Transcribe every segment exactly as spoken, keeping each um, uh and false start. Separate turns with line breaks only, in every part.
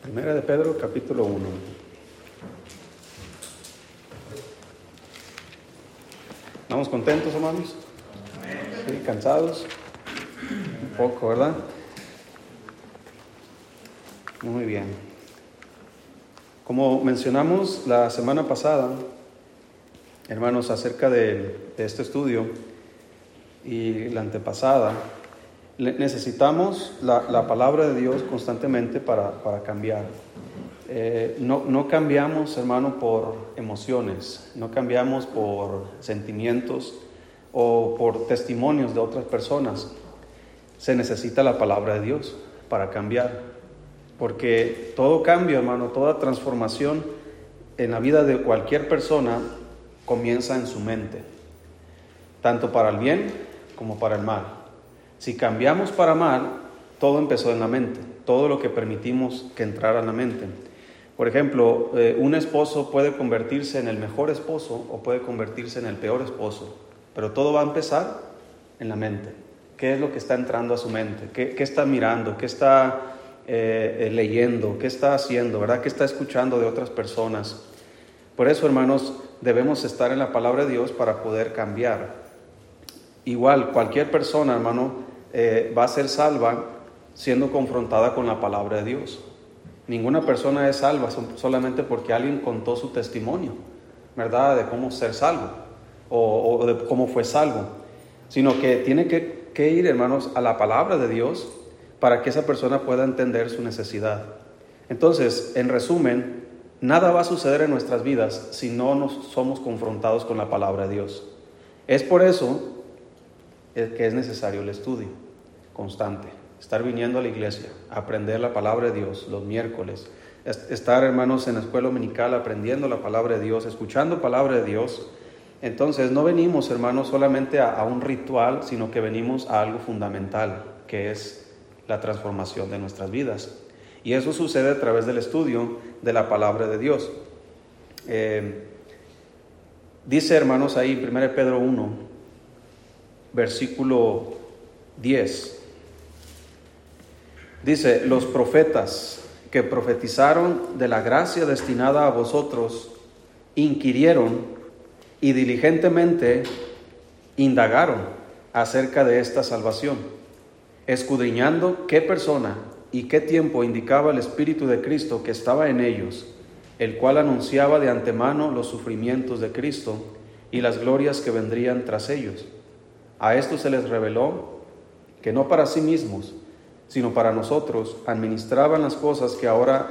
Primera de Pedro, capítulo uno. ¿Estamos contentos, hermanos? ¿Sí? ¿Cansados? Un poco, ¿verdad? Muy bien. Como mencionamos la semana pasada, hermanos, acerca de, de este estudio y la antepasada, necesitamos la, la palabra de Dios constantemente para, para cambiar. Eh, no, no cambiamos, hermano, por emociones, no cambiamos por sentimientos o por testimonios de otras personas. Se necesita la palabra de Dios para cambiar, porque todo cambio, hermano, toda transformación en la vida de cualquier persona comienza en su mente, tanto para el bien como para el mal. Si cambiamos para mal, todo empezó en la mente, todo lo que permitimos que entrara en la mente. Por ejemplo, eh, un esposo puede convertirse en el mejor esposo o puede convertirse en el peor esposo, pero todo va a empezar en la mente. ¿Qué es lo que está entrando a su mente? ¿Qué, qué está mirando? ¿Qué está eh, eh, leyendo? ¿Qué está haciendo? ¿Verdad? ¿Qué está escuchando de otras personas? Por eso, hermanos, debemos estar en la palabra de Dios para poder cambiar. Igual, cualquier persona, hermano, eh, va a ser salva siendo confrontada con la palabra de Dios. Ninguna persona es salva solamente porque alguien contó su testimonio, ¿verdad?, de cómo ser salvo o, o de cómo fue salvo, sino que tiene que, que ir, hermanos, a la palabra de Dios para que esa persona pueda entender su necesidad. Entonces, en resumen, nada va a suceder en nuestras vidas si no nos somos confrontados con la palabra de Dios. Es por eso que es necesario el estudio constante, estar viniendo a la iglesia, aprender la palabra de Dios los miércoles, estar, hermanos, en la escuela dominical aprendiendo la palabra de Dios, escuchando palabra de Dios. Entonces no venimos, hermanos, solamente a, a un ritual, sino que venimos a algo fundamental, que es la transformación de nuestras vidas. Y eso sucede a través del estudio de la palabra de Dios. Eh, dice, hermanos, ahí en primera de Pedro uno, versículo diez, dice: los profetas que profetizaron de la gracia destinada a vosotros inquirieron y diligentemente indagaron acerca de esta salvación, escudriñando qué persona y qué tiempo indicaba el Espíritu de Cristo que estaba en ellos, el cual anunciaba de antemano los sufrimientos de Cristo y las glorias que vendrían tras ellos. A esto se les reveló que no para sí mismos, sino para nosotros, administraban las cosas que ahora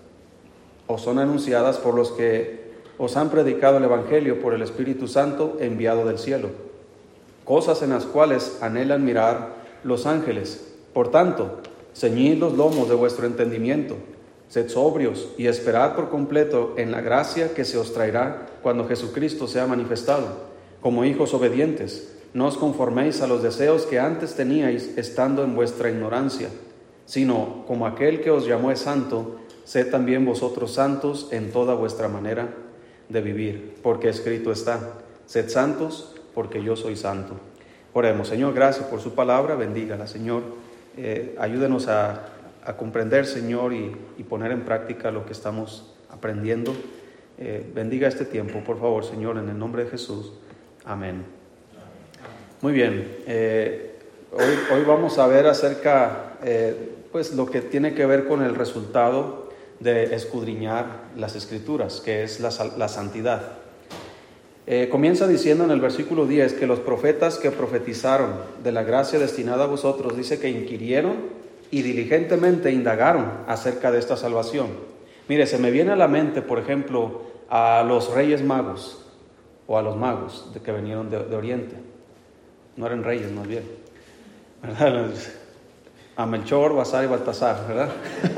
os son anunciadas por los que os han predicado el Evangelio por el Espíritu Santo enviado del cielo, cosas en las cuales anhelan mirar los ángeles. Por tanto, ceñid los lomos de vuestro entendimiento, sed sobrios y esperad por completo en la gracia que se os traerá cuando Jesucristo sea manifestado. Como hijos obedientes, no os conforméis a los deseos que antes teníais estando en vuestra ignorancia, sino como aquel que os llamó es santo, sed también vosotros santos en toda vuestra manera de vivir, porque escrito está: sed santos, porque yo soy santo. Oremos. Señor, gracias por su palabra, bendígala, Señor. Eh, ayúdenos a, a comprender, Señor, y, y poner en práctica lo que estamos aprendiendo. Eh, bendiga este tiempo, por favor, Señor, en el nombre de Jesús. Amén. Muy bien, eh, hoy, hoy vamos a ver acerca, eh, pues lo que tiene que ver con el resultado de escudriñar las Escrituras, que es la, la santidad. Eh, comienza diciendo en el versículo diez que los profetas que profetizaron de la gracia destinada a vosotros, dice que inquirieron y diligentemente indagaron acerca de esta salvación. Mire, se me viene a la mente, por ejemplo, a los reyes magos o a los magos de que vinieron de, de Oriente. No eran reyes, más bien, ¿verdad? A Melchor, Basar y Baltasar, ¿verdad?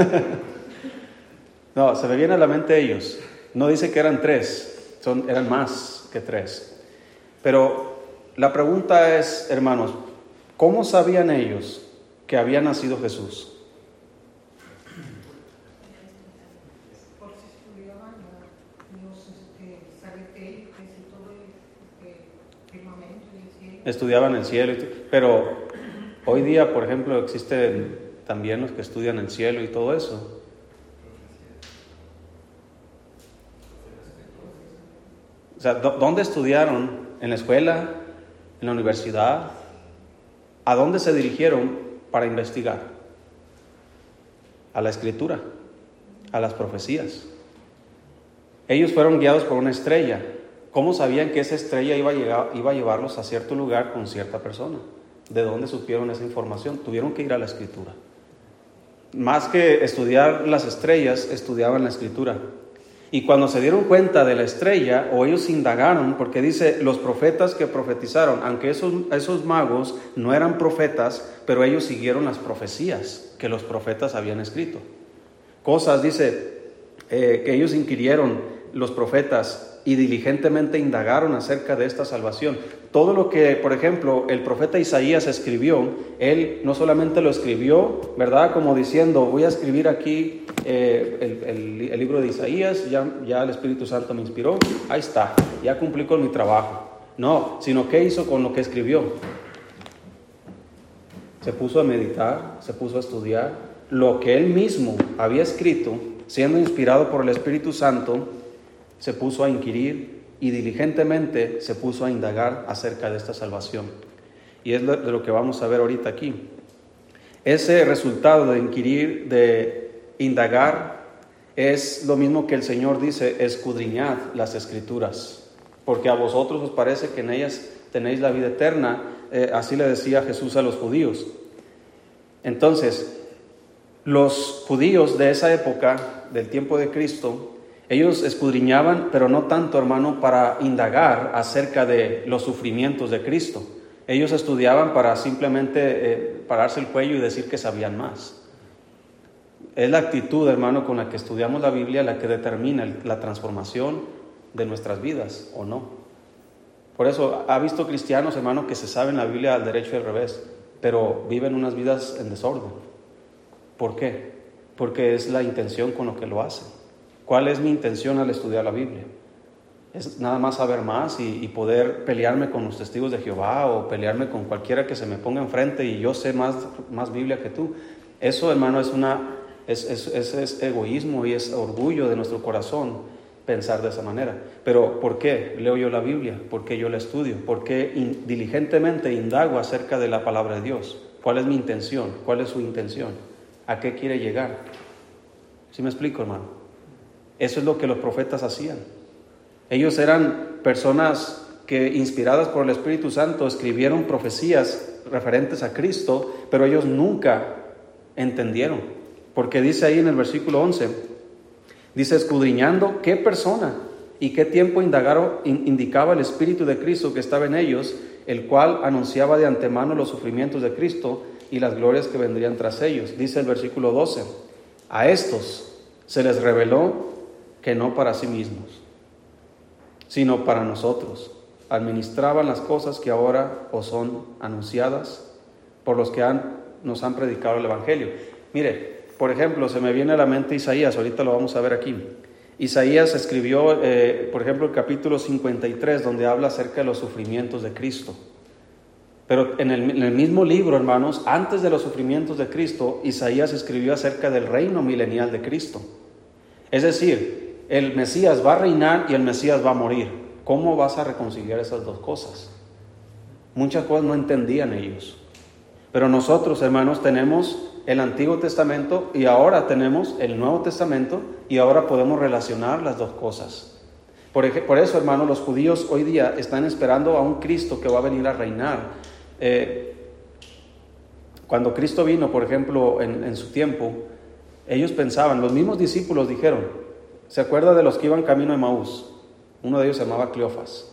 No, se me viene a la mente ellos. No dice que eran tres, son, eran más que tres. Pero la pregunta es, hermanos, ¿cómo sabían ellos que había nacido Jesús?
Porque estudiaban los sabetes y todo el firmamento y el cielo.
Estudiaban el cielo, pero hoy día, por ejemplo, existen también los que estudian el cielo y todo eso. O sea, ¿dónde estudiaron? ¿En la escuela? ¿En la universidad? ¿A dónde se dirigieron para investigar? A la Escritura, a las profecías. Ellos fueron guiados por una estrella. ¿Cómo sabían que esa estrella iba a, llegar, iba a llevarlos a cierto lugar con cierta persona? ¿De dónde supieron esa información? Tuvieron que ir a la Escritura. Más que estudiar las estrellas, estudiaban la Escritura. Y cuando se dieron cuenta de la estrella, o ellos indagaron, porque dice, los profetas que profetizaron, aunque esos, esos magos no eran profetas, pero ellos siguieron las profecías que los profetas habían escrito. Cosas, dice, eh, que ellos inquirieron los profetas y diligentemente indagaron acerca de esta salvación. Todo lo que, por ejemplo, el profeta Isaías escribió, él no solamente lo escribió, ¿verdad? Como diciendo, voy a escribir aquí eh, el, el, el libro de Isaías, ya, ya el Espíritu Santo me inspiró, ahí está, ya cumplí con mi trabajo. No, sino ¿qué hizo con lo que escribió? Se puso a meditar, se puso a estudiar lo que él mismo había escrito, siendo inspirado por el Espíritu Santo. Se puso a inquirir y diligentemente se puso a indagar acerca de esta salvación. Y es de lo que vamos a ver ahorita aquí. Ese resultado de inquirir, de indagar, es lo mismo que el Señor dice, escudriñad las Escrituras, porque a vosotros os parece que en ellas tenéis la vida eterna. Eh, así le decía Jesús a los judíos. Entonces, los judíos de esa época, del tiempo de Cristo, ellos escudriñaban, pero no tanto, hermano, para indagar acerca de los sufrimientos de Cristo. Ellos estudiaban para simplemente eh, pararse el cuello y decir que sabían más. Es la actitud, hermano, con la que estudiamos la Biblia la que determina la transformación de nuestras vidas, ¿o no? Por eso, ha visto cristianos, hermano, que se saben la Biblia al derecho y al revés, pero viven unas vidas en desorden. ¿Por qué? Porque es la intención con lo que lo hacen. ¿Cuál es mi intención al estudiar la Biblia? ¿Es nada más saber más y, y poder pelearme con los testigos de Jehová o pelearme con cualquiera que se me ponga enfrente y yo sé más, más Biblia que tú? Eso, hermano, es, una, es, es, es, es egoísmo y es orgullo de nuestro corazón pensar de esa manera. Pero ¿por qué leo yo la Biblia? ¿Por qué yo la estudio? ¿Por qué in, diligentemente indago acerca de la palabra de Dios? ¿Cuál es mi intención? ¿Cuál es su intención? ¿A qué quiere llegar? ¿Sí me explico, hermano? Eso es lo que los profetas hacían. Ellos eran personas que, inspiradas por el Espíritu Santo, escribieron profecías referentes a Cristo, pero ellos nunca entendieron. Porque dice ahí en el versículo once, dice, escudriñando qué persona y qué tiempo indagaron, indicaba el Espíritu de Cristo que estaba en ellos, el cual anunciaba de antemano los sufrimientos de Cristo y las glorias que vendrían tras ellos. Dice el versículo doce, a estos se les reveló que no para sí mismos, sino para nosotros, administraban las cosas que ahora os son anunciadas por los que han, nos han predicado el Evangelio. Mire, por ejemplo, se me viene a la mente Isaías, ahorita lo vamos a ver aquí. Isaías escribió, eh, por ejemplo, el capítulo cincuenta y tres, donde habla acerca de los sufrimientos de Cristo. Pero en el, en el mismo libro, hermanos, antes de los sufrimientos de Cristo, Isaías escribió acerca del reino milenial de Cristo. Es decir, el Mesías va a reinar y el Mesías va a morir. ¿Cómo vas a reconciliar esas dos cosas? Muchas cosas no entendían ellos. Pero nosotros, hermanos, tenemos el Antiguo Testamento y ahora tenemos el Nuevo Testamento y ahora podemos relacionar las dos cosas. Por, ej- por eso, hermanos, los judíos hoy día están esperando a un Cristo que va a venir a reinar. Eh, cuando Cristo vino, por ejemplo, en, en su tiempo, ellos pensaban, los mismos discípulos dijeron, ¿se acuerda de los que iban camino a Emaús? Uno de ellos se llamaba Cleofas.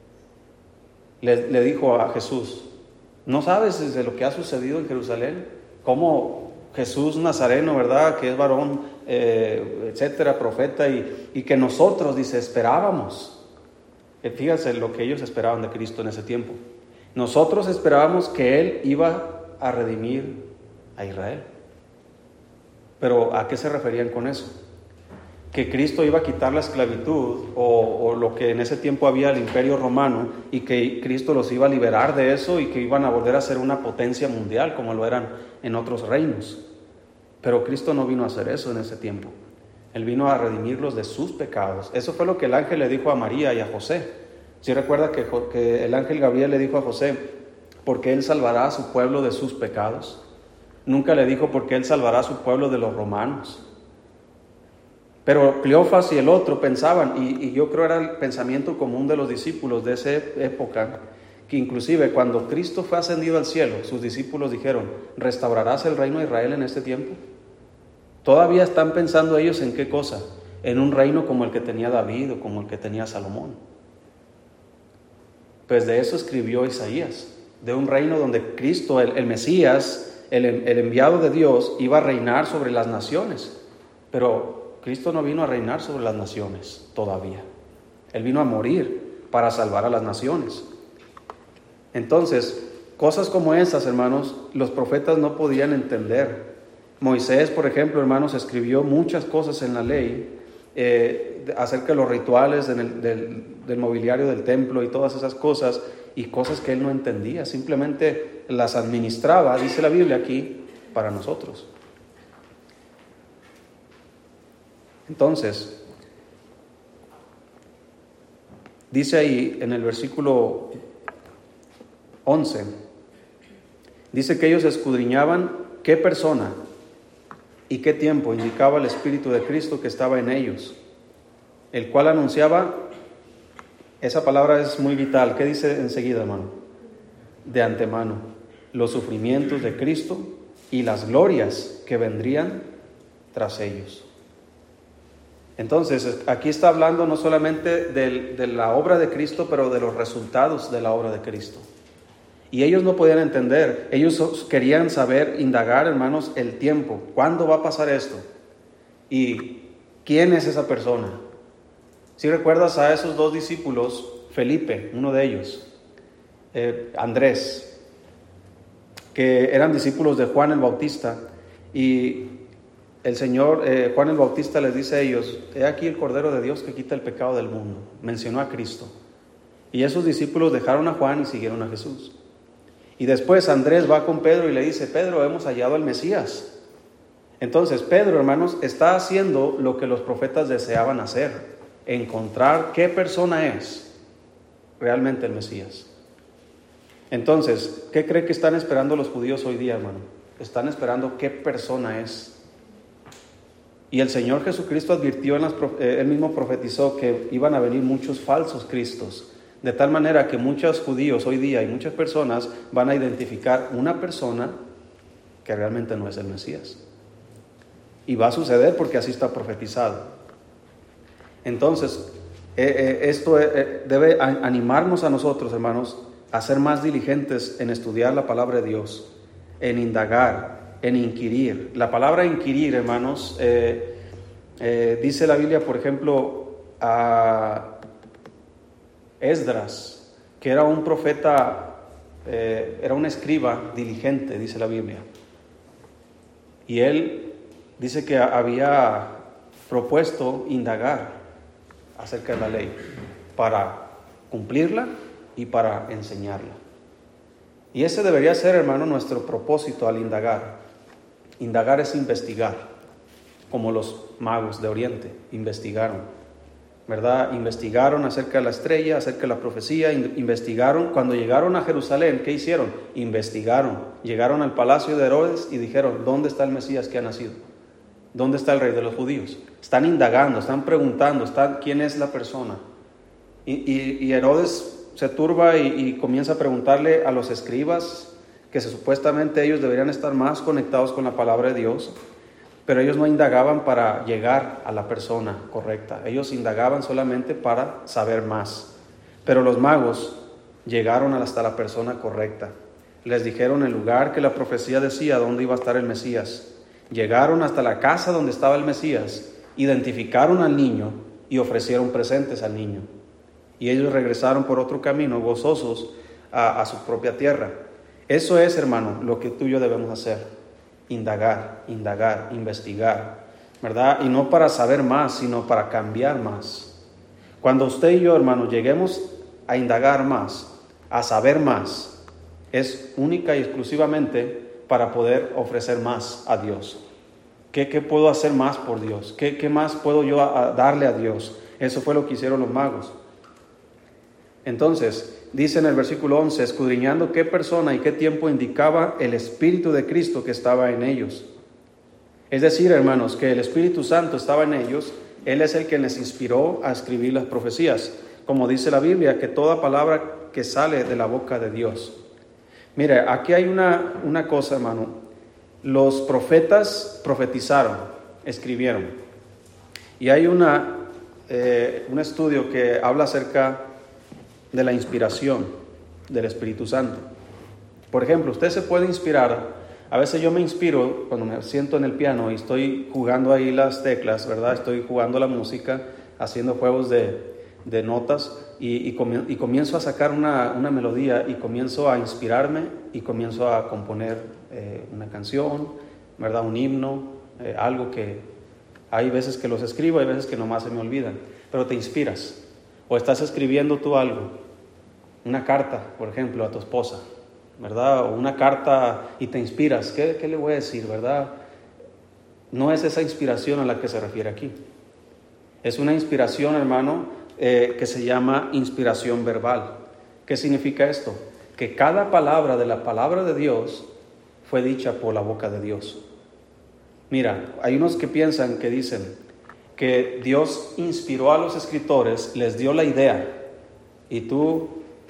Le, le dijo a Jesús, ¿no sabes desde lo que ha sucedido en Jerusalén? Cómo Jesús Nazareno, ¿verdad? Que es varón, eh, etcétera, profeta, y, y que nosotros, dice, esperábamos. Eh, fíjense lo que ellos esperaban de Cristo en ese tiempo. Nosotros esperábamos que Él iba a redimir a Israel. Pero ¿a qué se referían con eso? Que Cristo iba a quitar la esclavitud o, o lo que en ese tiempo había el imperio romano y que Cristo los iba a liberar de eso y que iban a volver a ser una potencia mundial como lo eran en otros reinos. Pero Cristo no vino a hacer eso en ese tiempo. Él vino a redimirlos de sus pecados. Eso fue lo que el ángel le dijo a María y a José. Si recuerda que, que el ángel Gabriel le dijo a José, porque Él salvará a su pueblo de sus pecados. Nunca le dijo porque Él salvará a su pueblo de los romanos. Pero Cleofas y el otro pensaban, y, y yo creo era el pensamiento común de los discípulos de esa época, que inclusive cuando Cristo fue ascendido al cielo, sus discípulos dijeron, ¿restaurarás el reino de Israel en este tiempo? Todavía están pensando ellos en qué cosa, en un reino como el que tenía David o como el que tenía Salomón. Pues de eso escribió Isaías, de un reino donde Cristo, el, el Mesías, el, el enviado de Dios, iba a reinar sobre las naciones. Pero Cristo no vino a reinar sobre las naciones todavía. Él vino a morir para salvar a las naciones. Entonces, cosas como estas, hermanos, los profetas no podían entender. Moisés, por ejemplo, hermanos, escribió muchas cosas en la ley eh, acerca de los rituales del, del, del mobiliario del templo y todas esas cosas, y cosas que él no entendía. Simplemente las administraba, dice la Biblia aquí, para nosotros. Entonces, dice ahí en el versículo once, dice que ellos escudriñaban qué persona y qué tiempo indicaba el Espíritu de Cristo que estaba en ellos, el cual anunciaba, esa palabra es muy vital, ¿qué dice enseguida, hermano? De antemano, los sufrimientos de Cristo y las glorias que vendrían tras ellos. Entonces, aquí está hablando no solamente de, de la obra de Cristo, pero de los resultados de la obra de Cristo. Y ellos no podían entender, ellos querían saber, indagar, hermanos, el tiempo. ¿Cuándo va a pasar esto? ¿Y quién es esa persona? Si recuerdas a esos dos discípulos, Felipe, uno de ellos, eh, Andrés, que eran discípulos de Juan el Bautista, y el Señor, eh, Juan el Bautista les dice a ellos, he aquí el Cordero de Dios que quita el pecado del mundo. Mencionó a Cristo. Y esos discípulos dejaron a Juan y siguieron a Jesús. Y después Andrés va con Pedro y le dice, Pedro, hemos hallado al Mesías. Entonces Pedro, hermanos, está haciendo lo que los profetas deseaban hacer, encontrar qué persona es realmente el Mesías. Entonces, ¿qué cree que están esperando los judíos hoy día, hermano? Están esperando qué persona es. Y el Señor Jesucristo advirtió, en las, eh, él mismo profetizó que iban a venir muchos falsos cristos, de tal manera que muchos judíos hoy día y muchas personas van a identificar una persona que realmente no es el Mesías. Y va a suceder porque así está profetizado. Entonces, eh, eh, esto eh, debe animarnos a nosotros, hermanos, a ser más diligentes en estudiar la palabra de Dios, en indagar, en inquirir. La palabra inquirir, hermanos, eh, eh, dice la Biblia, por ejemplo, a Esdras, que era un profeta, eh, era un escriba diligente, dice la Biblia. Y él dice que había propuesto indagar acerca de la ley para cumplirla y para enseñarla. Y ese debería ser, hermano, nuestro propósito al indagar. Indagar es investigar, como los magos de Oriente investigaron, ¿verdad? Investigaron acerca de la estrella, acerca de la profecía, investigaron. Cuando llegaron a Jerusalén, ¿qué hicieron? Investigaron. Llegaron al palacio de Herodes y dijeron, ¿dónde está el Mesías que ha nacido? ¿Dónde está el rey de los judíos? Están indagando, están preguntando, están, ¿quién es la persona? Y, y, y Herodes se turba y, y comienza a preguntarle a los escribas, que se, supuestamente ellos deberían estar más conectados con la palabra de Dios, pero ellos no indagaban para llegar a la persona correcta, ellos indagaban solamente para saber más. Pero los magos llegaron hasta la persona correcta, les dijeron el lugar que la profecía decía dónde iba a estar el Mesías, llegaron hasta la casa donde estaba el Mesías, identificaron al niño y ofrecieron presentes al niño. Y ellos regresaron por otro camino, gozosos, a, a su propia tierra. Eso es, hermano, lo que tú y yo debemos hacer. Indagar, indagar, investigar, ¿verdad? Y no para saber más, sino para cambiar más. Cuando usted y yo, hermano, lleguemos a indagar más, a saber más, es única y exclusivamente para poder ofrecer más a Dios. ¿Qué, qué puedo hacer más por Dios? ¿Qué, qué más puedo yo a, a darle a Dios? Eso fue lo que hicieron los magos. Entonces, dice en el versículo once, escudriñando qué persona y qué tiempo indicaba el Espíritu de Cristo que estaba en ellos. Es decir, hermanos, que el Espíritu Santo estaba en ellos. Él es el que les inspiró a escribir las profecías. Como dice la Biblia, que toda palabra que sale de la boca de Dios. Mire, aquí hay una, una cosa, hermano. Los profetas profetizaron, escribieron. Y hay una, eh, un estudio que habla acerca de la inspiración del Espíritu Santo. Por ejemplo, usted se puede inspirar. A veces yo me inspiro cuando me siento en el piano y estoy jugando ahí las teclas, ¿verdad? Estoy jugando la música, haciendo juegos de, de notas y, y, comien- y comienzo a sacar una, una melodía y comienzo a inspirarme y comienzo a componer eh, una canción, ¿verdad? Un himno, eh, algo que hay veces que los escribo, hay veces que nomás se me olvidan, pero te inspiras. O estás escribiendo tú algo, una carta, por ejemplo, a tu esposa, ¿verdad? O una carta y te inspiras. ¿Qué, qué le voy a decir, verdad? No es esa inspiración a la que se refiere aquí. Es una inspiración, hermano, eh, que se llama inspiración verbal. ¿Qué significa esto? Que cada palabra de la palabra de Dios fue dicha por la boca de Dios. Mira, hay unos que piensan, que dicen que Dios inspiró a los escritores, les dio la idea y tú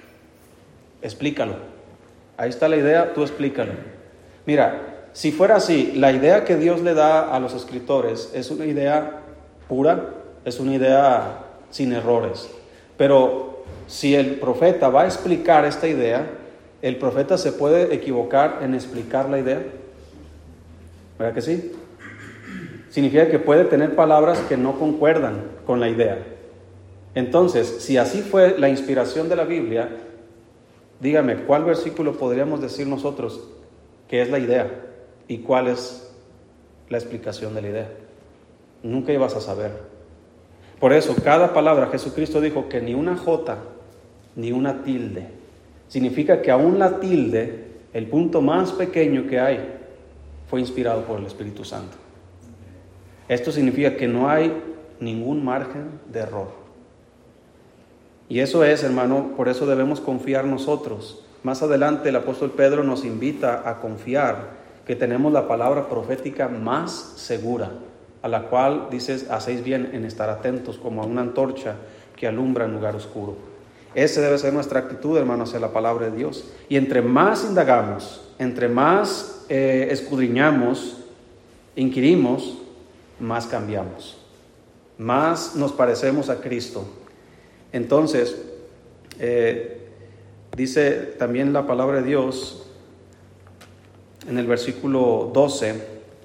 explícalo. Ahí está la idea, tú explícalo. Mira, si fuera así, la idea que Dios le da a los escritores es una idea pura, es una idea sin errores. Pero si el profeta va a explicar esta idea, el profeta se puede equivocar en explicar la idea. ¿Verdad que sí? Significa que puede tener palabras que no concuerdan con la idea. Entonces, si así fue la inspiración de la Biblia, dígame, ¿cuál versículo podríamos decir nosotros que es la idea y cuál es la explicación de la idea? Nunca ibas a saber. Por eso, cada palabra, Jesucristo dijo que ni una jota ni una tilde. Significa que aún la tilde, el punto más pequeño que hay, fue inspirado por el Espíritu Santo. Esto significa que no hay ningún margen de error. Y eso es, hermano, por eso debemos confiar nosotros. Más adelante el apóstol Pedro nos invita a confiar que tenemos la palabra profética más segura, a la cual dices, hacéis bien en estar atentos como a una antorcha que alumbra en lugar oscuro. Esa debe ser nuestra actitud, hermano, hacia la palabra de Dios. Y entre más indagamos, entre más eh, escudriñamos, inquirimos, más cambiamos, más nos parecemos a Cristo. Entonces, eh, dice también la palabra de Dios en el versículo doce,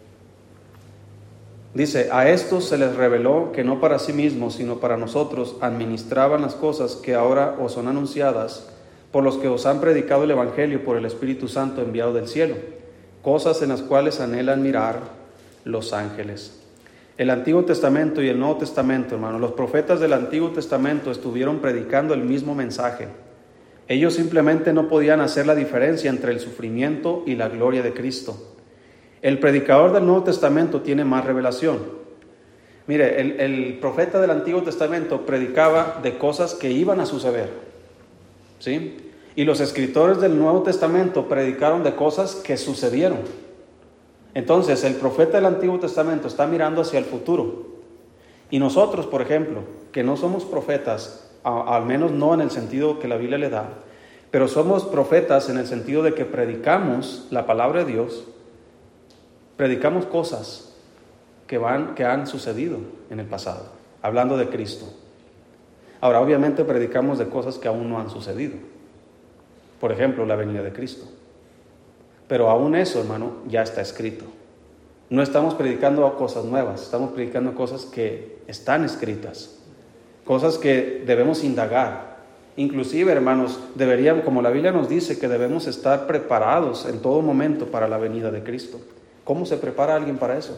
dice, a estos se les reveló que no para sí mismos, sino para nosotros administraban las cosas que ahora os son anunciadas por los que os han predicado el Evangelio por el Espíritu Santo enviado del cielo, cosas en las cuales anhelan mirar los ángeles. El Antiguo Testamento y el Nuevo Testamento, hermano, los profetas del Antiguo Testamento estuvieron predicando el mismo mensaje. Ellos simplemente no podían hacer la diferencia entre el sufrimiento y la gloria de Cristo. El predicador del Nuevo Testamento tiene más revelación. Mire, el, el profeta del Antiguo Testamento predicaba de cosas que iban a suceder, ¿sí? Y los escritores del Nuevo Testamento predicaron de cosas que sucedieron. Entonces, el profeta del Antiguo Testamento está mirando hacia el futuro. Y nosotros, por ejemplo, que no somos profetas, a, al menos no en el sentido que la Biblia le da, pero somos profetas en el sentido de que predicamos la palabra de Dios, predicamos cosas que, van, que han sucedido en el pasado, hablando de Cristo. Ahora, obviamente predicamos de cosas que aún no han sucedido. Por ejemplo, la venida de Cristo. Pero aún eso, hermano, ya está escrito. No estamos predicando cosas nuevas, estamos predicando cosas que están escritas, cosas que debemos indagar. Inclusive, hermanos, deberíamos, como la Biblia nos dice, que debemos estar preparados en todo momento para la venida de Cristo. ¿Cómo se prepara alguien para eso?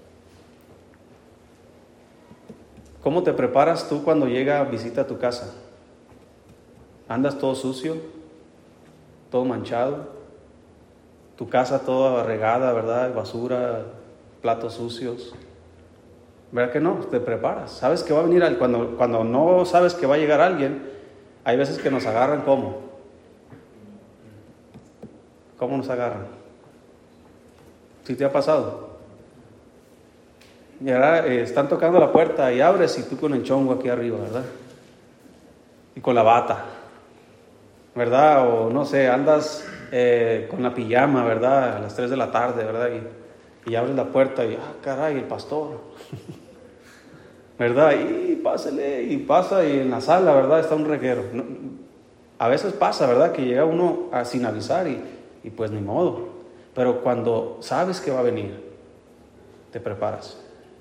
¿Cómo te preparas tú cuando llega visita a tu casa? ¿Andas todo sucio? ¿Todo manchado? Tu casa toda regada, ¿verdad? Basura, platos sucios. ¿Verdad que no? Te preparas. Sabes que va a venir, al, cuando, cuando no sabes que va a llegar alguien, hay veces que nos agarran ¿cómo? ¿Cómo nos agarran? ¿Sí te ha pasado? Y ahora eh, están tocando la puerta y abres y tú con el chongo aquí arriba, ¿verdad? Y con la bata, ¿verdad? O no sé, andas eh, con la pijama, ¿verdad? A las tres de la tarde, ¿verdad? Y, y abres la puerta y, ah, caray, el pastor, ¿verdad? Y pásale, y pasa, y en la sala, ¿verdad? Está un reguero. No, a veces pasa, ¿verdad? Que llega uno a, sin avisar y, y pues ni modo. Pero cuando sabes que va a venir, te preparas.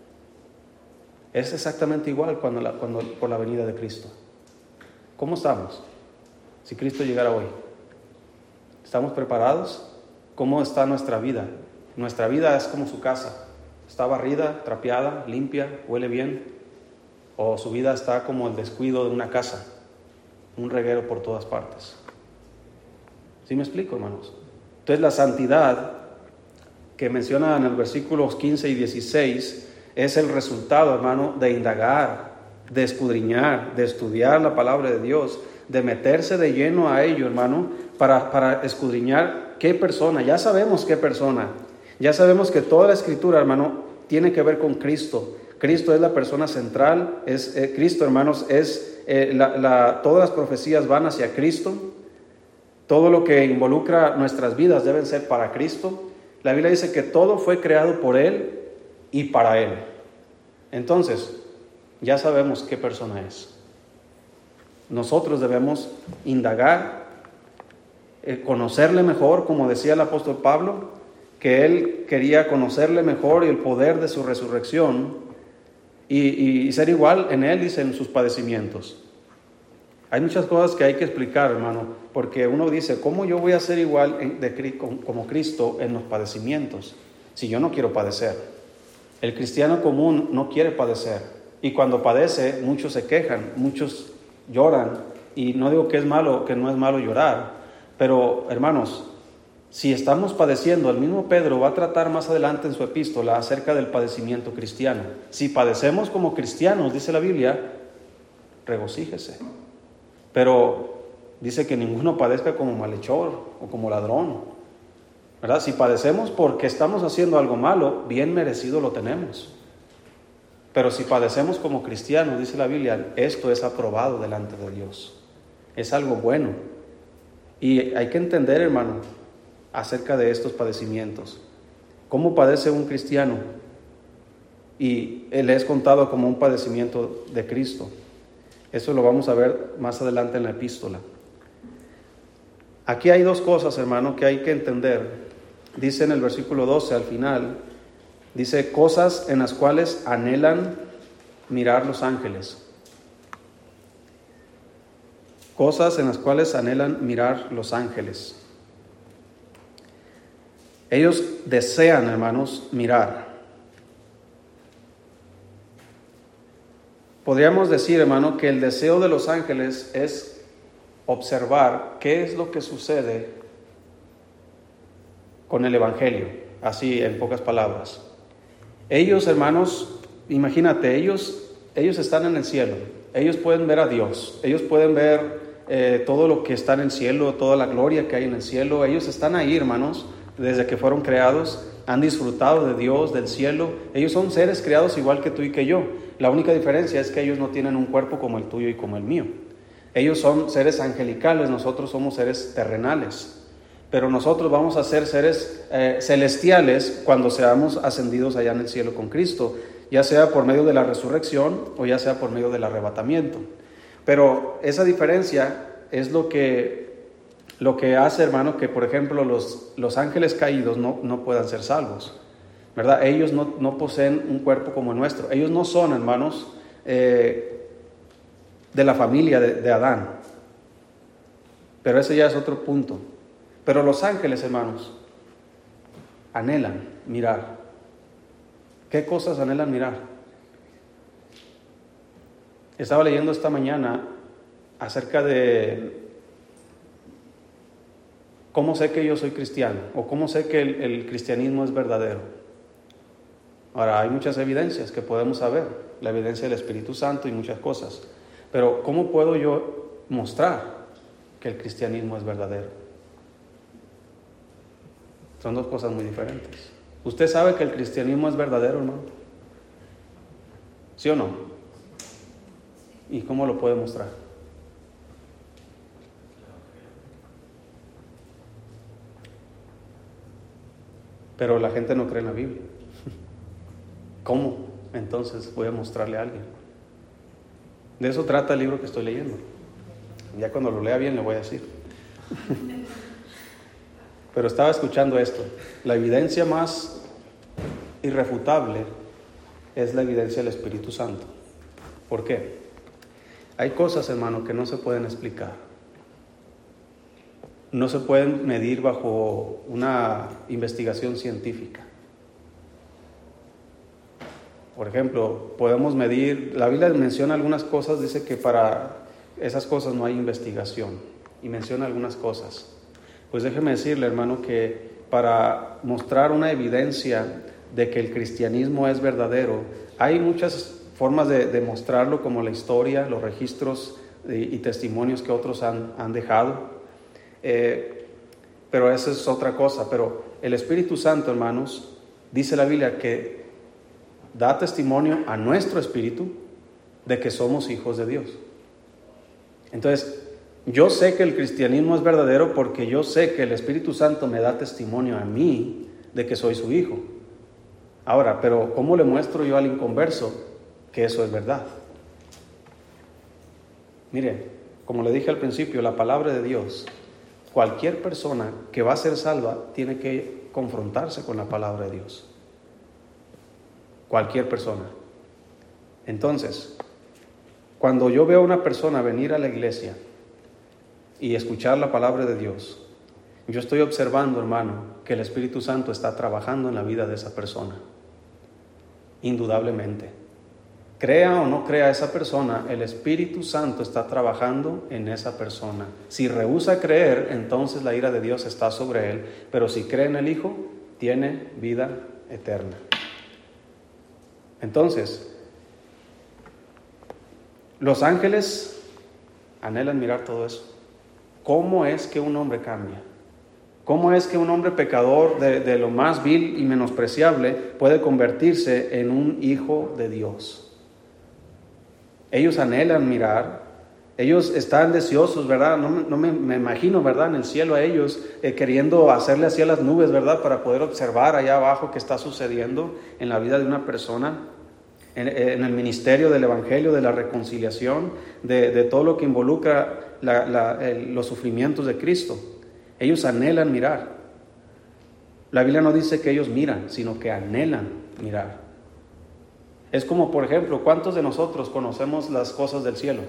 Es exactamente igual cuando, la, cuando por la venida de Cristo. ¿Cómo estamos? Si Cristo llegara hoy, ¿estamos preparados? ¿Cómo está nuestra vida? Nuestra vida es como su casa. ¿Está barrida, trapeada, limpia, huele bien? ¿O su vida está como el descuido de una casa? Un reguero por todas partes. ¿Sí me explico, hermanos? Entonces la santidad que menciona en el versículos quince y dieciséis es el resultado, hermano, de indagar, de escudriñar, de estudiar la palabra de Dios, de meterse de lleno a ello, hermano, para, para escudriñar qué persona. Ya sabemos qué persona. Ya sabemos que toda la Escritura, hermano, tiene que ver con Cristo. Cristo es la persona central. Es eh, Cristo, hermanos, es eh, la, la, todas las profecías van hacia Cristo. Todo lo que involucra nuestras vidas deben ser para Cristo. La Biblia dice que todo fue creado por Él y para Él. Entonces, ya sabemos qué persona es. Nosotros debemos indagar, eh, conocerle mejor, como decía el apóstol Pablo, que él quería conocerle mejor y el poder de su resurrección y, y, y ser igual en él, dice, en sus padecimientos. Hay muchas cosas que hay que explicar, hermano, porque uno dice, ¿cómo yo voy a ser igual en, de, como Cristo en los padecimientos si yo no quiero padecer? El cristiano común no quiere padecer, y cuando padece muchos se quejan, muchos lloran, y no digo que es malo, que no es malo llorar, pero hermanos, si estamos padeciendo, el mismo Pedro va a tratar más adelante en su epístola acerca del padecimiento cristiano. Si padecemos como cristianos, dice la Biblia, regocíjese. Pero dice que ninguno padezca como malhechor o como ladrón, ¿verdad? Si padecemos porque estamos haciendo algo malo, bien merecido lo tenemos. Pero si padecemos como cristianos, dice la Biblia, esto es aprobado delante de Dios. Es algo bueno. Y hay que entender, hermano, acerca de estos padecimientos. ¿Cómo padece un cristiano? Y él es contado como un padecimiento de Cristo. Eso lo vamos a ver más adelante en la epístola. Aquí hay dos cosas, hermano, que hay que entender. Dice en el versículo doce al final, dice, cosas en las cuales anhelan mirar los ángeles. Cosas en las cuales anhelan mirar los ángeles. Ellos desean, hermanos, mirar. Podríamos decir, hermano, que el deseo de los ángeles es observar qué es lo que sucede con el Evangelio, así en pocas palabras. Ellos, hermanos, imagínate, ellos, ellos están en el cielo, ellos pueden ver a Dios, ellos pueden ver eh, todo lo que está en el cielo, toda la gloria que hay en el cielo. Ellos están ahí, hermanos, desde que fueron creados, han disfrutado de Dios, del cielo. Ellos son seres creados igual que tú y que yo. La única diferencia es que ellos no tienen un cuerpo como el tuyo y como el mío. Ellos son seres angelicales, nosotros somos seres terrenales. Pero nosotros vamos a ser seres eh, celestiales cuando seamos ascendidos allá en el cielo con Cristo, ya sea por medio de la resurrección o ya sea por medio del arrebatamiento. Pero esa diferencia es lo que, lo que hace, hermano, que por ejemplo los, los ángeles caídos no, no puedan ser salvos, ¿verdad? Ellos no, no poseen un cuerpo como el nuestro. Ellos no son, hermanos, eh, de la familia de, de Adán. Pero ese ya es otro punto. Pero los ángeles, hermanos, anhelan mirar. ¿Qué cosas anhelan mirar? Estaba leyendo esta mañana acerca de cómo sé que yo soy cristiano o cómo sé que el, el cristianismo es verdadero. Ahora, hay muchas evidencias que podemos saber, la evidencia del Espíritu Santo y muchas cosas. Pero, ¿cómo puedo yo mostrar que el cristianismo es verdadero? Son dos cosas muy diferentes. ¿Usted sabe que el cristianismo es verdadero, hermano? ¿Sí o no? ¿Y cómo lo puede mostrar? Pero la gente no cree en la Biblia. ¿Cómo? Entonces voy a mostrarle a alguien. De eso trata el libro que estoy leyendo. Ya cuando lo lea bien le voy a decir. Pero estaba escuchando esto. La evidencia más irrefutable es la evidencia del Espíritu Santo. ¿Por qué? Hay cosas, hermano, que no se pueden explicar. No se pueden medir bajo una investigación científica. Por ejemplo, podemos medir, la Biblia menciona algunas cosas, dice que para esas cosas no hay investigación, y menciona algunas cosas. Pues déjeme decirle, hermano, que para mostrar una evidencia de que el cristianismo es verdadero, hay muchas formas de, de mostrarlo, como la historia, los registros y, y testimonios que otros han, han dejado. Eh, pero esa es otra cosa. Pero el Espíritu Santo, hermanos, dice la Biblia que da testimonio a nuestro espíritu de que somos hijos de Dios. Entonces, yo sé que el cristianismo es verdadero porque yo sé que el Espíritu Santo me da testimonio a mí de que soy su hijo. Ahora, pero ¿cómo le muestro yo al inconverso que eso es verdad? Mire, como le dije al principio, la palabra de Dios, cualquier persona que va a ser salva tiene que confrontarse con la palabra de Dios. Cualquier persona. Entonces, cuando yo veo a una persona venir a la iglesia y escuchar la palabra de Dios, yo estoy observando, hermano, que el Espíritu Santo está trabajando en la vida de esa persona. Indudablemente. Crea o no crea esa persona, el Espíritu Santo está trabajando en esa persona. Si rehúsa creer, entonces la ira de Dios está sobre él. Pero si cree en el Hijo, tiene vida eterna. Entonces, los ángeles anhelan mirar todo eso. ¿Cómo es que un hombre cambia? ¿Cómo es que un hombre pecador de, de lo más vil y menospreciable puede convertirse en un hijo de Dios? Ellos anhelan mirar, ellos están deseosos, ¿verdad? No, no me, me imagino, ¿verdad? En el cielo a ellos eh, queriendo hacerle así a las nubes, ¿verdad? Para poder observar allá abajo qué está sucediendo en la vida de una persona, en, en el ministerio del Evangelio, de la reconciliación, de, de todo lo que involucra la, la, el, los sufrimientos de Cristo. Ellos anhelan mirar. La Biblia no dice que ellos miran, sino que anhelan mirar. Es como, por ejemplo, ¿cuántos de nosotros conocemos las cosas del cielo?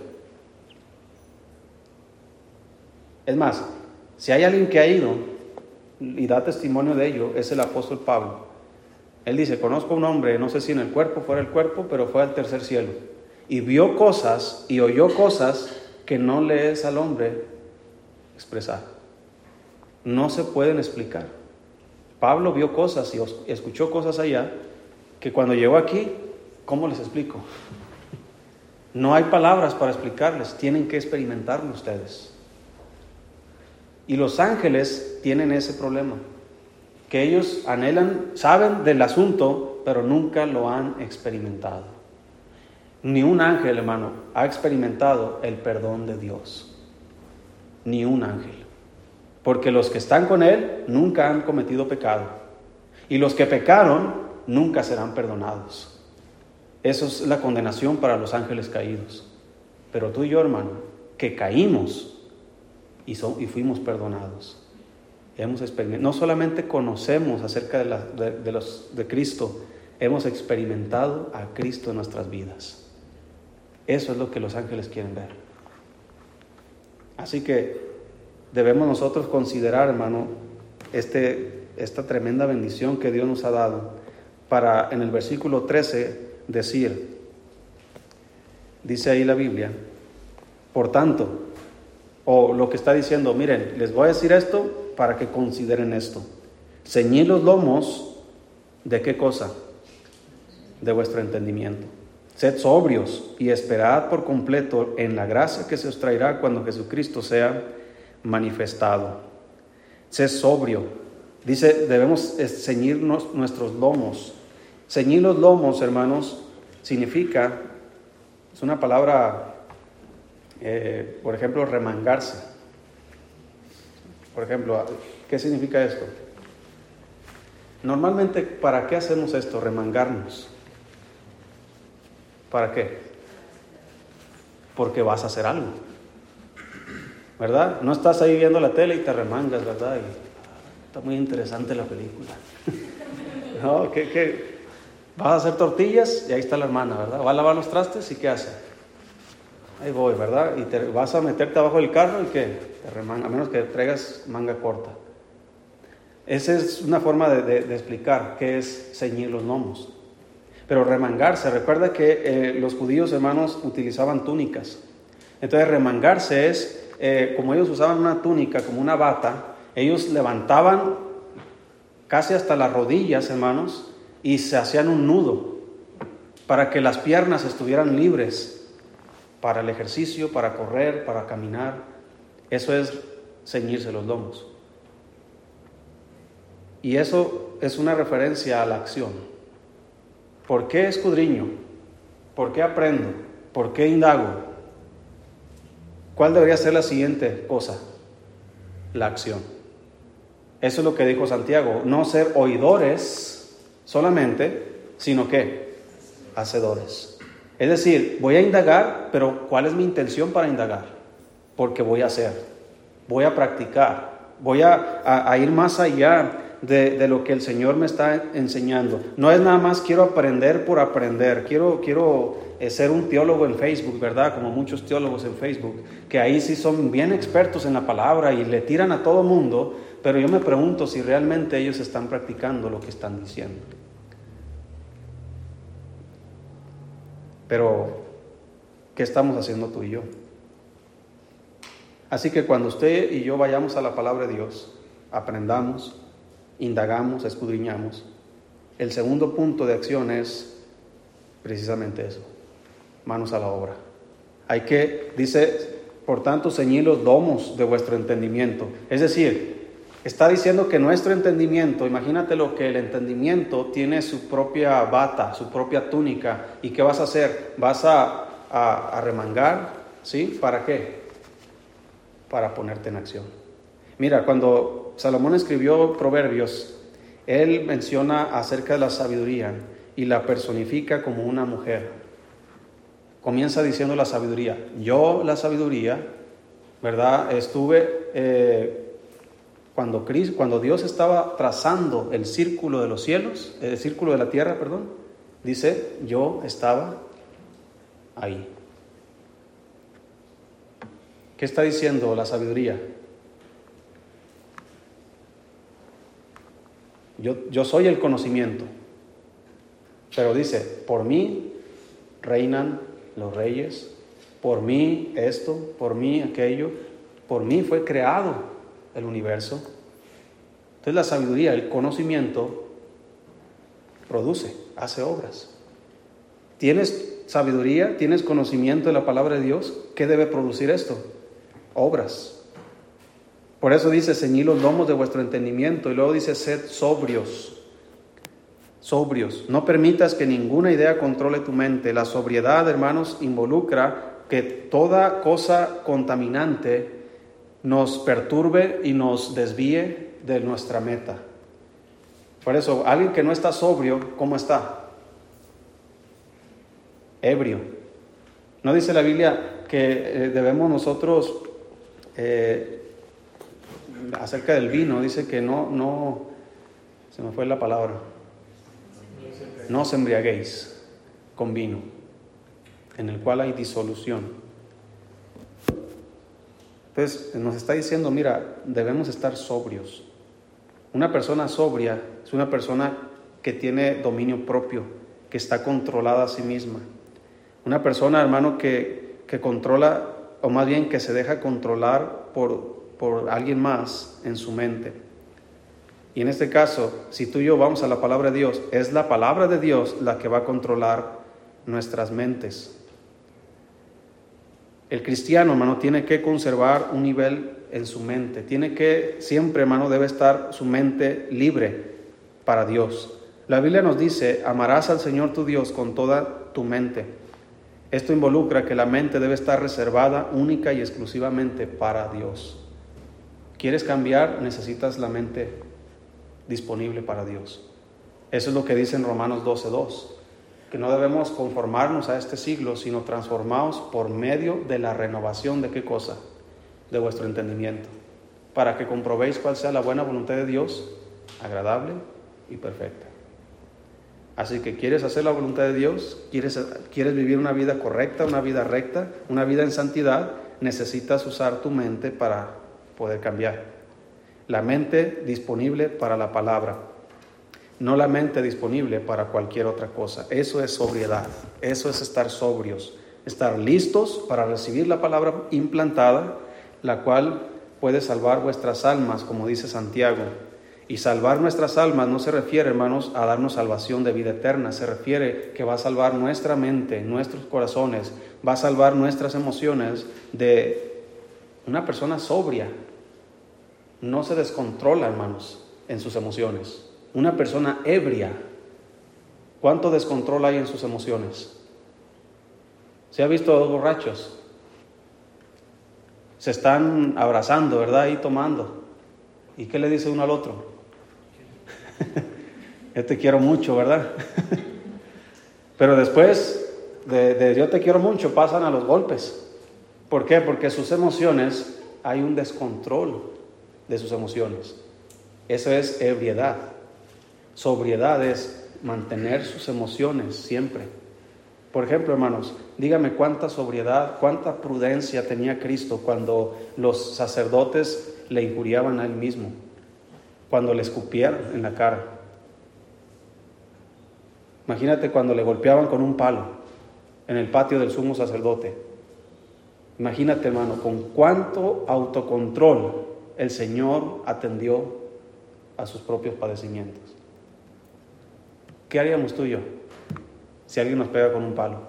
Es más, si hay alguien que ha ido y da testimonio de ello, es el apóstol Pablo. Él dice, conozco a un hombre, no sé si en el cuerpo, fuera del cuerpo, pero fue al tercer cielo. Y vio cosas y oyó cosas que no le es al hombre expresar. No se pueden explicar. Pablo vio cosas y escuchó cosas allá que cuando llegó aquí, ¿cómo les explico? No hay palabras para explicarles, tienen que experimentarlo ustedes. Y los ángeles tienen ese problema, que ellos anhelan, saben del asunto, pero nunca lo han experimentado. Ni un ángel, hermano, ha experimentado el perdón de Dios. Ni un ángel. Porque los que están con Él nunca han cometido pecado. Y los que pecaron nunca serán perdonados. Eso es la condenación para los ángeles caídos. Pero tú y yo, hermano, que caímos y, son, y fuimos perdonados. Hemos experimentado, no solamente conocemos acerca de, la, de, de, los, de Cristo, hemos experimentado a Cristo en nuestras vidas. Eso es lo que los ángeles quieren ver. Así que debemos nosotros considerar, hermano, este, esta tremenda bendición que Dios nos ha dado para, en el versículo trece, decir, dice ahí la Biblia, por tanto, o lo que está diciendo, miren, les voy a decir esto para que consideren esto. Ceñid los lomos, ¿de qué cosa? de vuestro entendimiento. Sed sobrios y esperad por completo en la gracia que se os traerá cuando Jesucristo sea manifestado. Sed sobrio. Dice, debemos ceñirnos nuestros lomos. Ceñir los lomos, hermanos, significa, es una palabra, eh, por ejemplo, remangarse. Por ejemplo, ¿qué significa esto? Normalmente, ¿para qué hacemos esto? Remangarnos. ¿Para qué? Porque vas a hacer algo, ¿verdad? No estás ahí viendo la tele y te remangas, ¿verdad? Y está muy interesante la película. No, ¿qué, qué? Vas a hacer tortillas y ahí está la hermana, ¿verdad? Va a lavar los trastes y ¿qué hace? Ahí voy, ¿verdad? Y te vas a meterte abajo del carro y ¿qué? Te remanga, a menos que traigas manga corta. Esa es una forma de, de, de explicar qué es ceñir los lomos. Pero remangarse, recuerda que eh, los judíos, hermanos, utilizaban túnicas. Entonces remangarse es, eh, como ellos usaban una túnica, como una bata, ellos levantaban casi hasta las rodillas, hermanos, y se hacían un nudo para que las piernas estuvieran libres para el ejercicio, para correr, para caminar. Eso es ceñirse los lomos. Y eso es una referencia a la acción. ¿Por qué escudriño? ¿Por qué aprendo? ¿Por qué indago? ¿Cuál debería ser la siguiente cosa? La acción. Eso es lo que dijo Santiago. No ser oidores solamente, sino que hacedores. Es decir, voy a indagar, pero ¿cuál es mi intención para indagar? Porque voy a hacer, voy a practicar, voy a, a, a ir más allá de, de lo que el Señor me está enseñando. No es nada más quiero aprender por aprender, quiero, quiero eh, ser un teólogo en Facebook, ¿verdad? Como muchos teólogos en Facebook, que ahí sí son bien expertos en la palabra y le tiran a todo mundo, pero yo me pregunto si realmente ellos están practicando lo que están diciendo. Pero, ¿qué estamos haciendo tú y yo? Así que cuando usted y yo vayamos a la palabra de Dios, aprendamos, indagamos, escudriñamos, el segundo punto de acción es precisamente eso, manos a la obra. Hay que, dice, por tanto, ceñid los lomos de vuestro entendimiento. Es decir, está diciendo que nuestro entendimiento, imagínate lo que el entendimiento tiene su propia bata, su propia túnica. ¿Y qué vas a hacer? Vas a, a, a remangar, ¿sí? ¿Para qué? Para ponerte en acción. Mira, cuando Salomón escribió Proverbios, él menciona acerca de la sabiduría y la personifica como una mujer. Comienza diciendo la sabiduría. Yo, la sabiduría, ¿verdad? Estuve... Eh, Cuando, Cristo, cuando Dios estaba trazando el círculo de los cielos, el círculo de la tierra, perdón, dice, yo estaba ahí. ¿Qué está diciendo la sabiduría? Yo, yo soy el conocimiento, pero dice, por mí reinan los reyes, por mí esto, por mí aquello, por mí fue creado el universo. Entonces la sabiduría, el conocimiento produce, hace obras. ¿Tienes sabiduría? ¿Tienes conocimiento de la palabra de Dios? ¿Qué debe producir esto? Obras. Por eso dice, ceñid los lomos de vuestro entendimiento. Y luego dice, sed sobrios. Sobrios. No permitas que ninguna idea controle tu mente. La sobriedad, hermanos, involucra que toda cosa contaminante nos perturbe y nos desvíe de nuestra meta. Por eso, alguien que no está sobrio, ¿cómo está? Ebrio. ¿No dice la Biblia que eh, debemos nosotros, eh, acerca del vino, dice que no, no, se me fue la palabra, no os embriaguéis con vino, en el cual hay disolución? Entonces nos está diciendo, mira, debemos estar sobrios. Una persona sobria es una persona que tiene dominio propio, que está controlada a sí misma. Una persona, hermano, que, que controla, o más bien que se deja controlar por, por alguien más en su mente. Y en este caso, si tú y yo vamos a la palabra de Dios, es la palabra de Dios la que va a controlar nuestras mentes. El cristiano, hermano, tiene que conservar un nivel en su mente. Tiene que, siempre, hermano, debe estar su mente libre para Dios. La Biblia nos dice, amarás al Señor tu Dios con toda tu mente. Esto involucra que la mente debe estar reservada única y exclusivamente para Dios. ¿Quieres cambiar? Necesitas la mente disponible para Dios. Eso es lo que dice en Romanos doce dos. Que no debemos conformarnos a este siglo, sino transformados por medio de la renovación de qué cosa, de vuestro entendimiento, para que comprobéis cuál sea la buena voluntad de Dios, agradable y perfecta. Así que ¿quieres hacer la voluntad de Dios? ¿Quieres, quieres vivir una vida correcta, una vida recta, una vida en santidad? Necesitas usar tu mente para poder cambiar. La mente disponible para la palabra, no la mente disponible para cualquier otra cosa. Eso es sobriedad, eso es estar sobrios, estar listos para recibir la palabra implantada, la cual puede salvar vuestras almas, como dice Santiago. Y salvar nuestras almas no se refiere, hermanos, a darnos salvación de vida eterna, se refiere que va a salvar nuestra mente, nuestros corazones, va a salvar nuestras emociones de una persona sobria. No se descontrola, hermanos, en sus emociones. Una persona ebria, ¿cuánto descontrol hay en sus emociones? ¿Se ha visto a dos borrachos? Se están abrazando, ¿verdad? Y tomando. ¿Y qué le dice uno al otro? Yo te quiero mucho, ¿verdad? Pero después de, de yo te quiero mucho pasan a los golpes. ¿Por qué? Porque sus emociones, hay un descontrol de sus emociones. Eso es ebriedad. Sobriedad es mantener sus emociones siempre. Por ejemplo, hermanos, dígame cuánta sobriedad, cuánta prudencia tenía Cristo cuando los sacerdotes le injuriaban a él mismo, cuando le escupieron en la cara. Imagínate cuando le golpeaban con un palo en el patio del sumo sacerdote. Imagínate, hermano, con cuánto autocontrol el Señor atendió a sus propios padecimientos. ¿Qué haríamos tú y yo si alguien nos pega con un palo?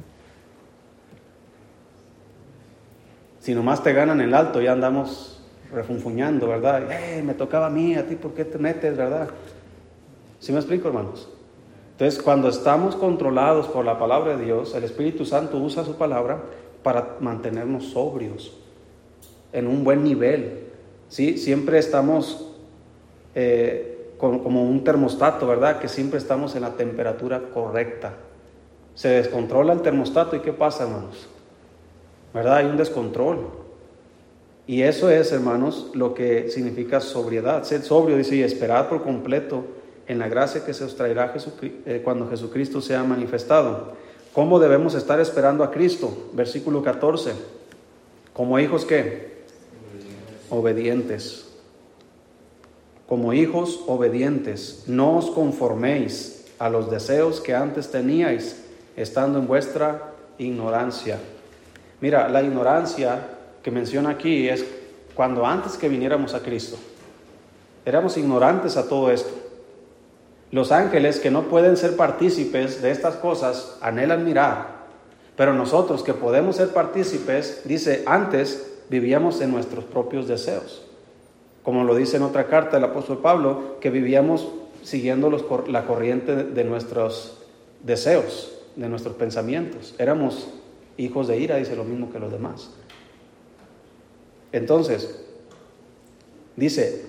Si nomás te ganan el alto, ya andamos refunfuñando, ¿verdad? ¡Eh, me tocaba a mí! ¿A ti por qué te metes, verdad? ¿Sí me explico, hermanos? Entonces, cuando estamos controlados por la palabra de Dios, el Espíritu Santo usa su palabra para mantenernos sobrios, en un buen nivel, ¿sí? Siempre estamos eh, con, como un termostato, ¿verdad? Que siempre estamos en la temperatura correcta. Se descontrola el termostato y ¿qué pasa, hermanos? ¿Verdad? Hay un descontrol. Y eso es, hermanos, lo que significa sobriedad. Ser sobrio, dice, y esperad por completo en la gracia que se os traerá Jesucristo, eh, cuando Jesucristo sea manifestado. ¿Cómo debemos estar esperando a Cristo? Versículo catorce. ¿Como hijos qué? Obedientes. Como hijos obedientes, no os conforméis a los deseos que antes teníais, estando en vuestra ignorancia. Mira, la ignorancia que menciona aquí es cuando antes que viniéramos a Cristo, éramos ignorantes a todo esto. Los ángeles que no pueden ser partícipes de estas cosas anhelan mirar, pero nosotros que podemos ser partícipes, dice, antes vivíamos en nuestros propios deseos. Como lo dice en otra carta el apóstol Pablo, que vivíamos siguiendo los, la corriente de nuestros deseos, de nuestros pensamientos. Éramos hijos de ira, dice lo mismo que los demás. Entonces, dice,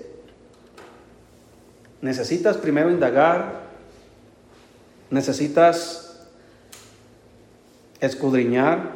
necesitas primero indagar, necesitas escudriñar,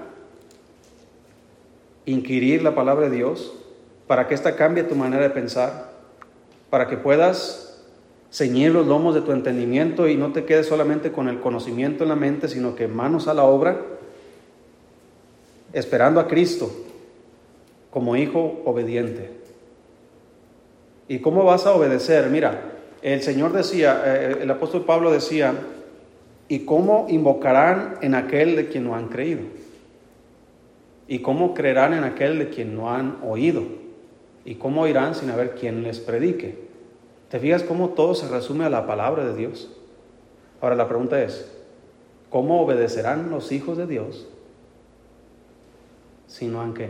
inquirir la palabra de Dios, para que ésta cambie tu manera de pensar, para que puedas ceñir los lomos de tu entendimiento y no te quedes solamente con el conocimiento en la mente, sino que manos a la obra, esperando a Cristo como hijo obediente. ¿Y cómo vas a obedecer? Mira, el Señor decía, eh, el apóstol Pablo decía, ¿y cómo invocarán en aquel de quien no han creído? ¿Y cómo creerán en aquel de quien no han oído? ¿Y cómo oirán sin haber quien les predique? ¿Te fijas cómo todo se resume a la palabra de Dios? Ahora la pregunta es, ¿cómo obedecerán los hijos de Dios si no han qué?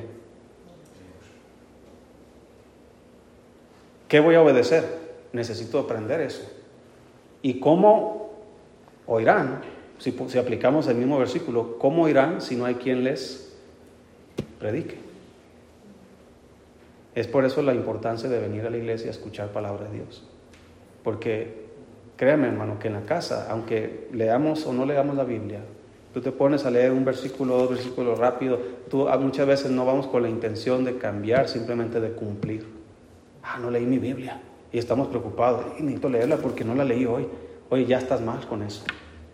¿Qué voy a obedecer? Necesito aprender eso. ¿Y cómo oirán? Si, si aplicamos el mismo versículo, ¿cómo oirán si no hay quien les predique? Es por eso la importancia de venir a la iglesia a escuchar palabra de Dios. Porque créame, hermano, que en la casa, aunque leamos o no leamos la Biblia, tú te pones a leer un versículo, dos versículos rápido, tú muchas veces no vamos con la intención de cambiar, simplemente de cumplir. Ah, no leí mi Biblia y estamos preocupados. Y necesito leerla porque no la leí hoy. Oye, ya estás mal con eso.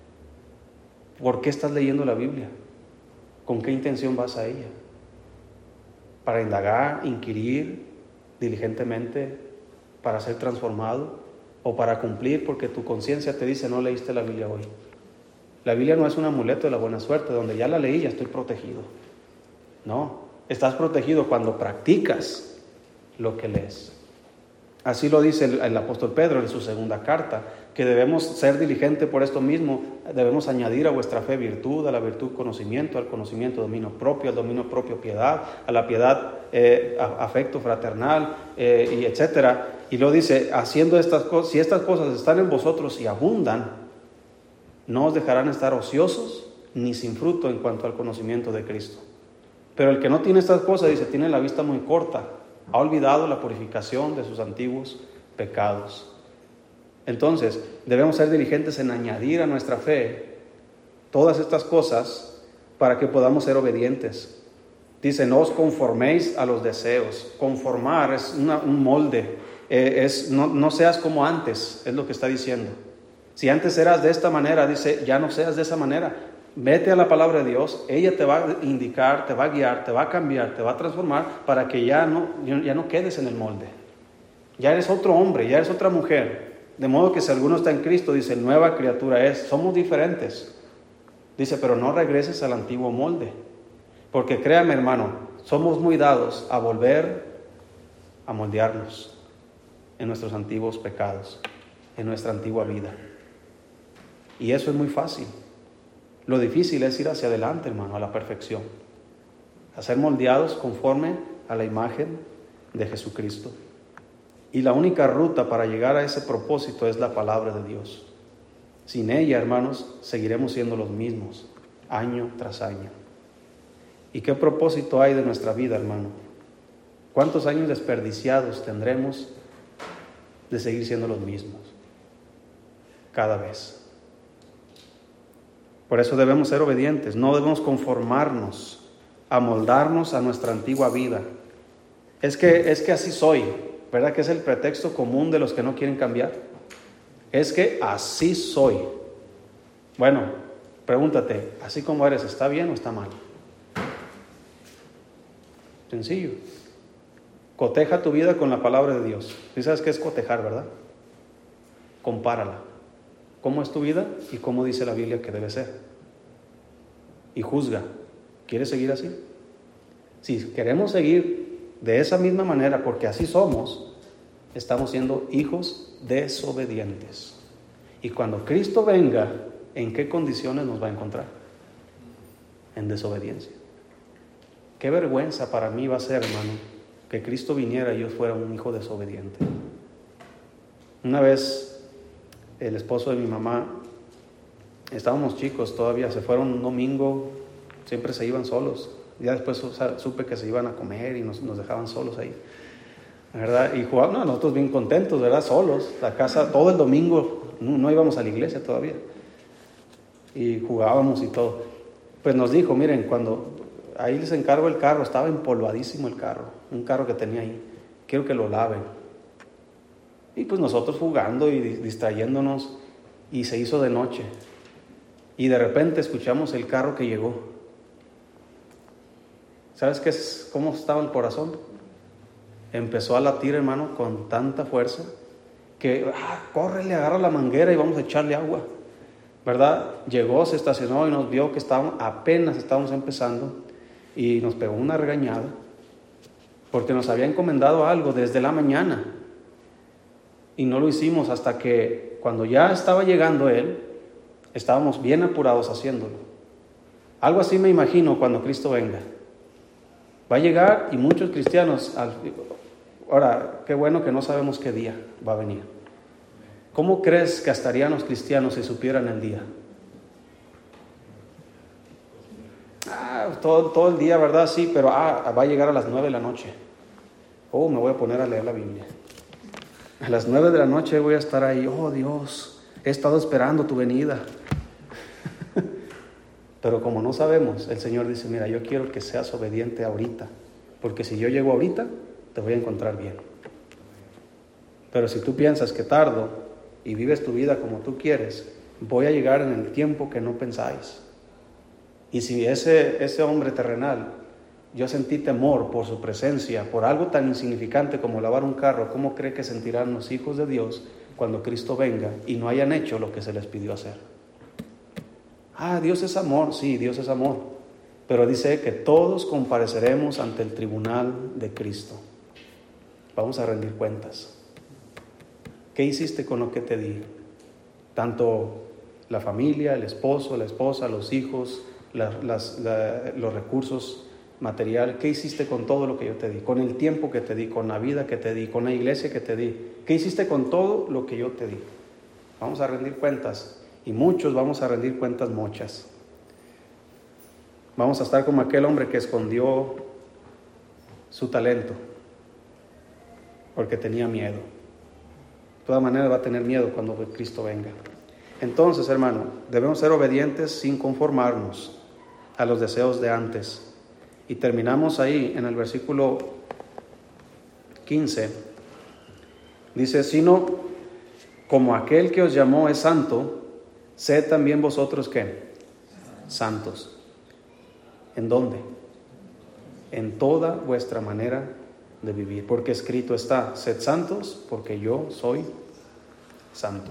¿Por qué estás leyendo la Biblia? ¿Con qué intención vas a ella? ¿Para indagar, inquirir diligentemente, para ser transformado? ¿O para cumplir porque tu conciencia te dice no leíste la Biblia hoy? La Biblia no es un amuleto de la buena suerte, donde ya la leí, ya estoy protegido. No, estás protegido cuando practicas lo que lees. Así lo dice el, el apóstol Pedro en su segunda carta, que debemos ser diligentes por esto mismo, debemos añadir a vuestra fe virtud, a la virtud conocimiento, al conocimiento dominio propio, al dominio propio piedad, a la piedad eh, afecto fraternal, eh, y etcétera. Y lo dice, haciendo estas cosas, si estas cosas están en vosotros y abundan, no os dejarán estar ociosos ni sin fruto en cuanto al conocimiento de Cristo. Pero el que no tiene estas cosas, dice, tiene la vista muy corta, ha olvidado la purificación de sus antiguos pecados. Entonces, debemos ser diligentes en añadir a nuestra fe todas estas cosas para que podamos ser obedientes. Dice, no os conforméis a los deseos. Conformar es una, un molde, eh, es, no, no seas como antes, es lo que está diciendo. Si antes eras de esta manera, dice, ya no seas de esa manera. Vete a la palabra de Dios, ella te va a indicar, te va a guiar, te va a cambiar, te va a transformar para que ya no, ya no quedes en el molde. Ya eres otro hombre, ya eres otra mujer. De modo que si alguno está en Cristo, dice, nueva criatura es. Somos diferentes. Dice, pero no regreses al antiguo molde. Porque créame, hermano, somos muy dados a volver a moldearnos en nuestros antiguos pecados, en nuestra antigua vida. Y eso es muy fácil. Lo difícil es ir hacia adelante, hermano, a la perfección. A ser moldeados conforme a la imagen de Jesucristo. Y la única ruta para llegar a ese propósito es la palabra de Dios. Sin ella, hermanos, seguiremos siendo los mismos, año tras año. ¿Y qué propósito hay de nuestra vida, hermano? ¿Cuántos años desperdiciados tendremos de seguir siendo los mismos? Cada vez. Por eso debemos ser obedientes, no debemos conformarnos, amoldarnos a nuestra antigua vida. Es que, es que así soy, ¿verdad? Que es el pretexto común de los que no quieren cambiar. Es que así soy. Bueno, pregúntate, ¿así como eres, está bien o está mal? Sencillo. Coteja tu vida con la palabra de Dios. ¿Sí sabes qué es cotejar, verdad? Compárala. ¿Cómo es tu vida y cómo dice la Biblia que debe ser? Y juzga. ¿Quieres seguir así? Si queremos seguir de esa misma manera, porque así somos, estamos siendo hijos desobedientes. Y cuando Cristo venga, ¿en qué condiciones nos va a encontrar? En desobediencia. Qué vergüenza para mí va a ser, hermano, que Cristo viniera y yo fuera un hijo desobediente. Una vez, el esposo de mi mamá, estábamos chicos todavía, se fueron un domingo, siempre se iban solos. Ya después supe que se iban a comer y nos, nos dejaban solos ahí, ¿verdad? Y jugaban, no, nosotros bien contentos, ¿verdad? Solos, la casa, todo el domingo, no, no íbamos a la iglesia todavía. Y jugábamos y todo. Pues nos dijo, miren, cuando ahí les encargo el carro, estaba empolvadísimo el carro, un carro que tenía ahí, quiero que lo laven. Y pues nosotros jugando y distrayéndonos, y se hizo de noche. Y de repente escuchamos el carro que llegó. ¿Sabes qué es, cómo estaba el corazón? Empezó a latir, hermano, con tanta fuerza que, ah, córrele, agarra la manguera y vamos a echarle agua, ¿verdad? Llegó, se estacionó y nos vio que estábamos, apenas estábamos empezando, y nos pegó una regañada porque nos había encomendado algo desde la mañana. Y no lo hicimos hasta que cuando ya estaba llegando Él, estábamos bien apurados haciéndolo. Algo así me imagino cuando Cristo venga. Va a llegar y muchos cristianos, al, ahora, qué bueno que no sabemos qué día va a venir. ¿Cómo crees que estarían los cristianos si supieran el día? Ah, todo, todo el día, ¿verdad? Sí, pero ah, va a llegar a las nueve de la noche. Oh, me voy a poner a leer la Biblia. A las nueve de la noche voy a estar ahí. Oh, Dios, he estado esperando tu venida. Pero como no sabemos, el Señor dice, mira, yo quiero que seas obediente ahorita, porque si yo llego ahorita, te voy a encontrar bien. Pero si tú piensas que tardo y vives tu vida como tú quieres, voy a llegar en el tiempo que no pensáis. Y si ese, ese hombre terrenal, yo sentí temor por su presencia, por algo tan insignificante como lavar un carro, ¿cómo cree que sentirán los hijos de Dios cuando Cristo venga y no hayan hecho lo que se les pidió hacer? Ah, Dios es amor, sí, Dios es amor, pero dice que todos compareceremos ante el tribunal de Cristo. Vamos a rendir cuentas. ¿Qué hiciste con lo que te di? Tanto la familia, el esposo, la esposa, los hijos, la, las, la, los recursos materiales. ¿Qué hiciste con todo lo que yo te di? Con el tiempo que te di, con la vida que te di, con la iglesia que te di. ¿Qué hiciste con todo lo que yo te di? Vamos a rendir cuentas. Y muchos vamos a rendir cuentas mochas. Vamos a estar como aquel hombre que escondió su talento porque tenía miedo. De todas maneras va a tener miedo cuando Cristo venga. Entonces, hermano, debemos ser obedientes sin conformarnos a los deseos de antes. Y terminamos ahí en el versículo quince. Dice, sino como aquel que os llamó es santo, sed también vosotros, ¿qué? Santos. ¿En dónde? En toda vuestra manera de vivir. Porque escrito está, sed santos porque yo soy santo.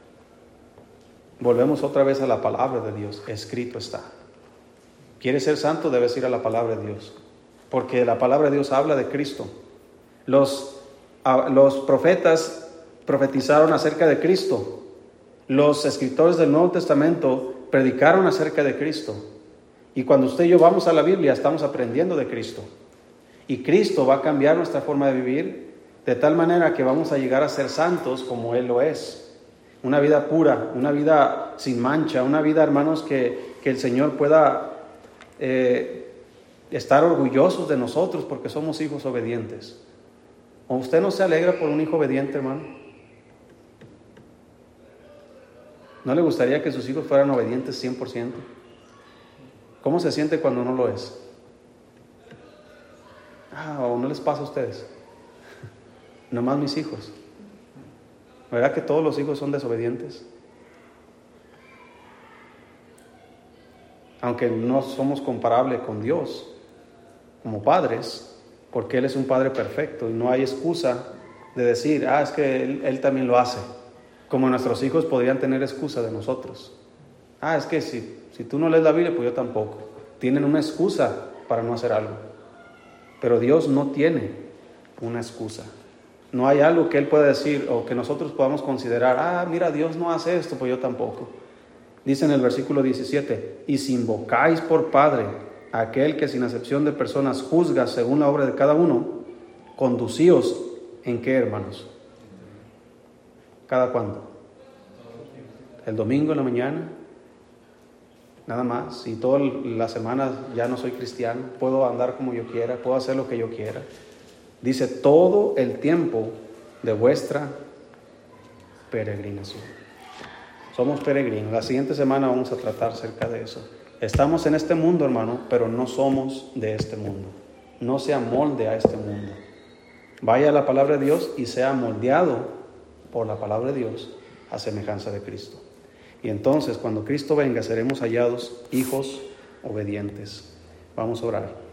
Volvemos otra vez a la palabra de Dios. Escrito está. ¿Quieres ser santo? Debes ir a la palabra de Dios. Porque la palabra de Dios habla de Cristo. Los, a, los profetas profetizaron acerca de Cristo. Los escritores del Nuevo Testamento predicaron acerca de Cristo. Y cuando usted y yo vamos a la Biblia, estamos aprendiendo de Cristo. Y Cristo va a cambiar nuestra forma de vivir de tal manera que vamos a llegar a ser santos como Él lo es. Una vida pura, una vida sin mancha, una vida, hermanos, que, que el Señor pueda eh, estar orgullosos de nosotros porque somos hijos obedientes. ¿O usted no se alegra por un hijo obediente, hermano? ¿No le gustaría que sus hijos fueran obedientes cien por ciento? ¿Cómo se siente cuando no lo es? Ah, ¿o no les pasa a ustedes? Nomás mis hijos. ¿Verdad que todos los hijos son desobedientes? Aunque no somos comparables con Dios como padres, porque Él es un Padre perfecto y no hay excusa de decir, ah, es que Él, él también lo hace. Como nuestros hijos podrían tener excusa de nosotros. Ah, es que si, si tú no lees la Biblia, pues yo tampoco. Tienen una excusa para no hacer algo. Pero Dios no tiene una excusa. No hay algo que Él pueda decir o que nosotros podamos considerar, ah, mira, Dios no hace esto, pues yo tampoco. Dice en el versículo diecisiete, y si invocáis por Padre a aquel que sin acepción de personas juzga según la obra de cada uno, conducíos ¿en qué, hermanos? ¿Cada cuándo? El domingo en la mañana, nada más. Y toda la semana ya no soy cristiano, puedo andar como yo quiera, puedo hacer lo que yo quiera. Dice, todo el tiempo de vuestra peregrinación. Somos peregrinos. La siguiente semana vamos a tratar acerca de eso. Estamos en este mundo, hermano, pero no somos de este mundo. No se amolde a este mundo. Vaya a la palabra de Dios y sea moldeado por la palabra de Dios a semejanza de Cristo. Y entonces, cuando Cristo venga, seremos hallados hijos obedientes. Vamos a orar.